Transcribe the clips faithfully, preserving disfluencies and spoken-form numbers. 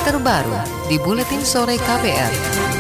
terbaru di Buletin Sore K B R.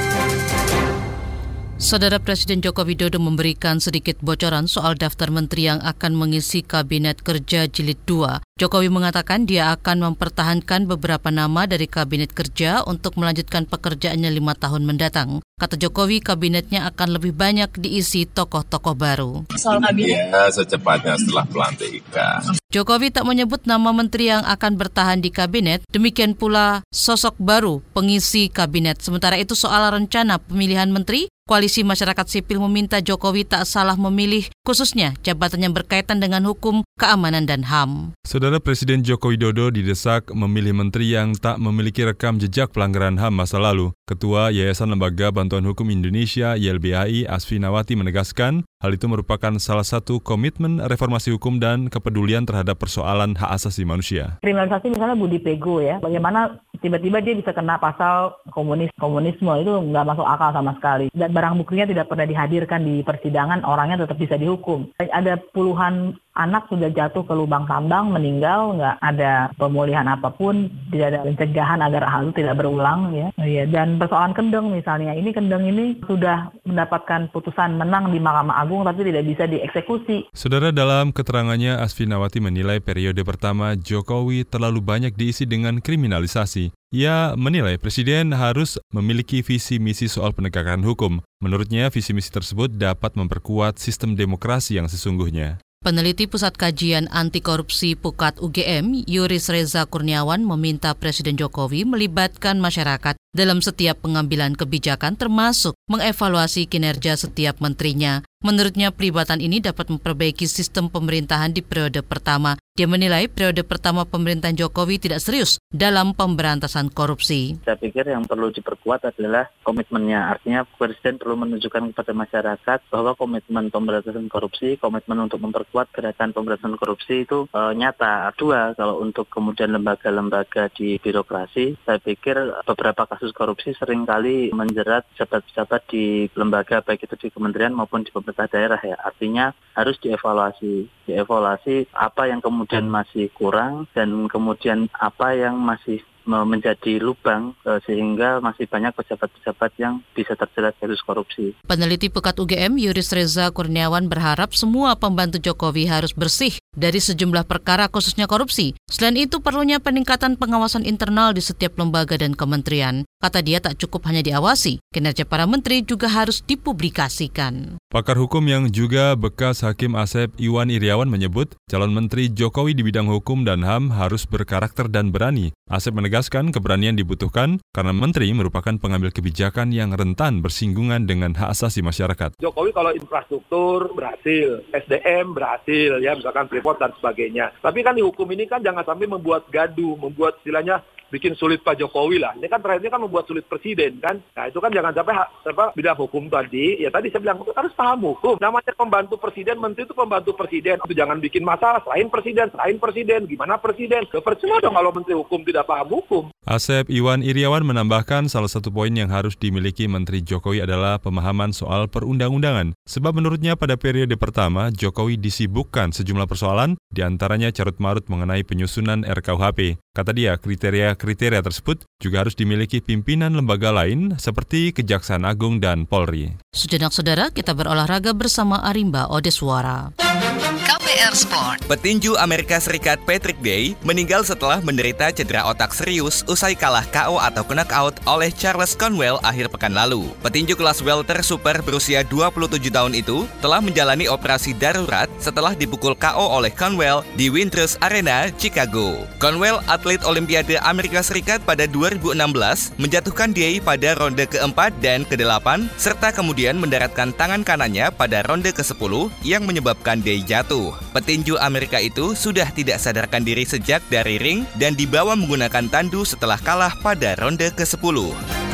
Saudara Presiden Joko Widodo memberikan sedikit bocoran soal daftar menteri yang akan mengisi Kabinet Kerja Jilid dua. Jokowi mengatakan dia akan mempertahankan beberapa nama dari Kabinet Kerja untuk melanjutkan pekerjaannya lima tahun mendatang. Kata Jokowi, kabinetnya akan lebih banyak diisi tokoh-tokoh baru. Soal kabinet? Ya, secepatnya setelah pelantikan. Jokowi tak menyebut nama menteri yang akan bertahan di kabinet, demikian pula sosok baru pengisi kabinet. Sementara itu soal rencana pemilihan menteri, Koalisi Masyarakat Sipil meminta Jokowi tak salah memilih, khususnya jabatan yang berkaitan dengan hukum, keamanan, dan H A M. Saudara Presiden Joko Widodo didesak memilih menteri yang tak memiliki rekam jejak pelanggaran H A M masa lalu. Ketua Yayasan Lembaga Bantuan Hukum Indonesia Y L B H I Asfi Nawati menegaskan, hal itu merupakan salah satu komitmen reformasi hukum dan kepedulian terhadap persoalan hak asasi manusia. Kriminalisasi misalnya Budi Pego ya, bagaimana tiba-tiba dia bisa kena pasal komunis komunisme, itu nggak masuk akal sama sekali. Dan barang buktinya tidak pernah dihadirkan di persidangan, orangnya tetap bisa dihukum. Ada puluhan anak sudah jatuh ke lubang tambang, meninggal, nggak ada pemulihan apapun, tidak ada pencegahan agar hal itu tidak berulang ya. Dan persoalan Kendeng misalnya, ini Kendeng ini sudah mendapatkan putusan menang di Mahkamah Agung tapi tidak bisa dieksekusi. Saudara, dalam keterangannya Asfi Nawati menilai periode pertama Jokowi terlalu banyak diisi dengan kriminalisasi. Ia menilai Presiden harus memiliki visi misi soal penegakan hukum. Menurutnya, visi misi tersebut dapat memperkuat sistem demokrasi yang sesungguhnya. Peneliti Pusat Kajian Anti Korupsi Pukat U G M, Yuris Reza Kurniawan, meminta Presiden Jokowi melibatkan masyarakat dalam setiap pengambilan kebijakan termasuk mengevaluasi kinerja setiap menterinya. Menurutnya, pelibatan ini dapat memperbaiki sistem pemerintahan di periode pertama. Dia menilai periode pertama pemerintahan Jokowi tidak serius dalam pemberantasan korupsi. Saya pikir yang perlu diperkuat adalah komitmennya. Artinya Presiden perlu menunjukkan kepada masyarakat bahwa komitmen pemberantasan korupsi, komitmen untuk memperkuat gerakan pemberantasan korupsi itu e, nyata. Dua, kalau untuk kemudian lembaga-lembaga di birokrasi, saya pikir beberapa kasus korupsi seringkali menjerat pejabat-pejabat di lembaga, baik itu di kementerian maupun di pemerintah daerah ya. Artinya harus dievaluasi. Dievaluasi apa yang kemudian masih kurang dan kemudian apa yang masih menjadi lubang sehingga masih banyak pejabat-pejabat yang bisa terjerat kasus korupsi. Peneliti Pukat U G M Yuris Reza Kurniawan berharap semua pembantu Jokowi harus bersih dari sejumlah perkara khususnya korupsi. Selain itu perlunya peningkatan pengawasan internal di setiap lembaga dan kementerian. Kata dia tak cukup hanya diawasi, kinerja para menteri juga harus dipublikasikan. Pakar hukum yang juga bekas Hakim Asep Iwan Iriawan menyebut calon menteri Jokowi di bidang hukum dan H A M harus berkarakter dan berani. Asep menegaskan keberanian dibutuhkan karena menteri merupakan pengambil kebijakan yang rentan bersinggungan dengan hak asasi masyarakat. Jokowi kalau infrastruktur berhasil, S D M berhasil, ya misalkan Freeport dan sebagainya. Tapi kan di hukum ini kan jangan sampai membuat gaduh, membuat istilahnya bikin sulit Pak Jokowi lah. Ini kan terakhirnya kan membuat sulit Presiden kan. Nah itu kan jangan sampai apa, bidang hukum tadi, ya tadi saya bilang harus paham hukum. Namanya pembantu Presiden, menteri itu pembantu Presiden. Itu jangan bikin masalah, selain Presiden, selain Presiden, gimana Presiden? Percuma dong kalau menteri hukum tidak paham hukum. Asep Iwan Iriawan menambahkan salah satu poin yang harus dimiliki Menteri Jokowi adalah pemahaman soal perundang-undangan. Sebab menurutnya pada periode pertama, Jokowi disibukkan sejumlah persoalan, diantaranya carut-marut mengenai penyusunan R K U H P. Kata dia, kriteria-kriteria tersebut juga harus dimiliki pimpinan lembaga lain seperti Kejaksaan Agung dan Polri. Sejenak saudara, kita berolahraga bersama Arimba Odeswara. K B R Sport. Petinju Amerika Serikat Patrick Day meninggal setelah menderita cedera otak serius usai kalah K O atau knockout oleh Charles Conwell akhir pekan lalu. Petinju kelas welter super berusia dua puluh tujuh tahun itu telah menjalani operasi darurat setelah dipukul K O oleh Conwell di Wintrust Arena, Chicago. Conwell, atlet Olimpiade Amerika Serikat pada dua ribu enam belas, menjatuhkan Day pada ronde keempat dan kedelapan, serta kemudian mendaratkan tangan kanannya pada ronde kesepuluh yang menyebabkan Day jatuh. Petinju Amerika itu sudah tidak sadarkan diri sejak dari ring dan dibawa menggunakan tandu setelah kalah pada ronde kesepuluh.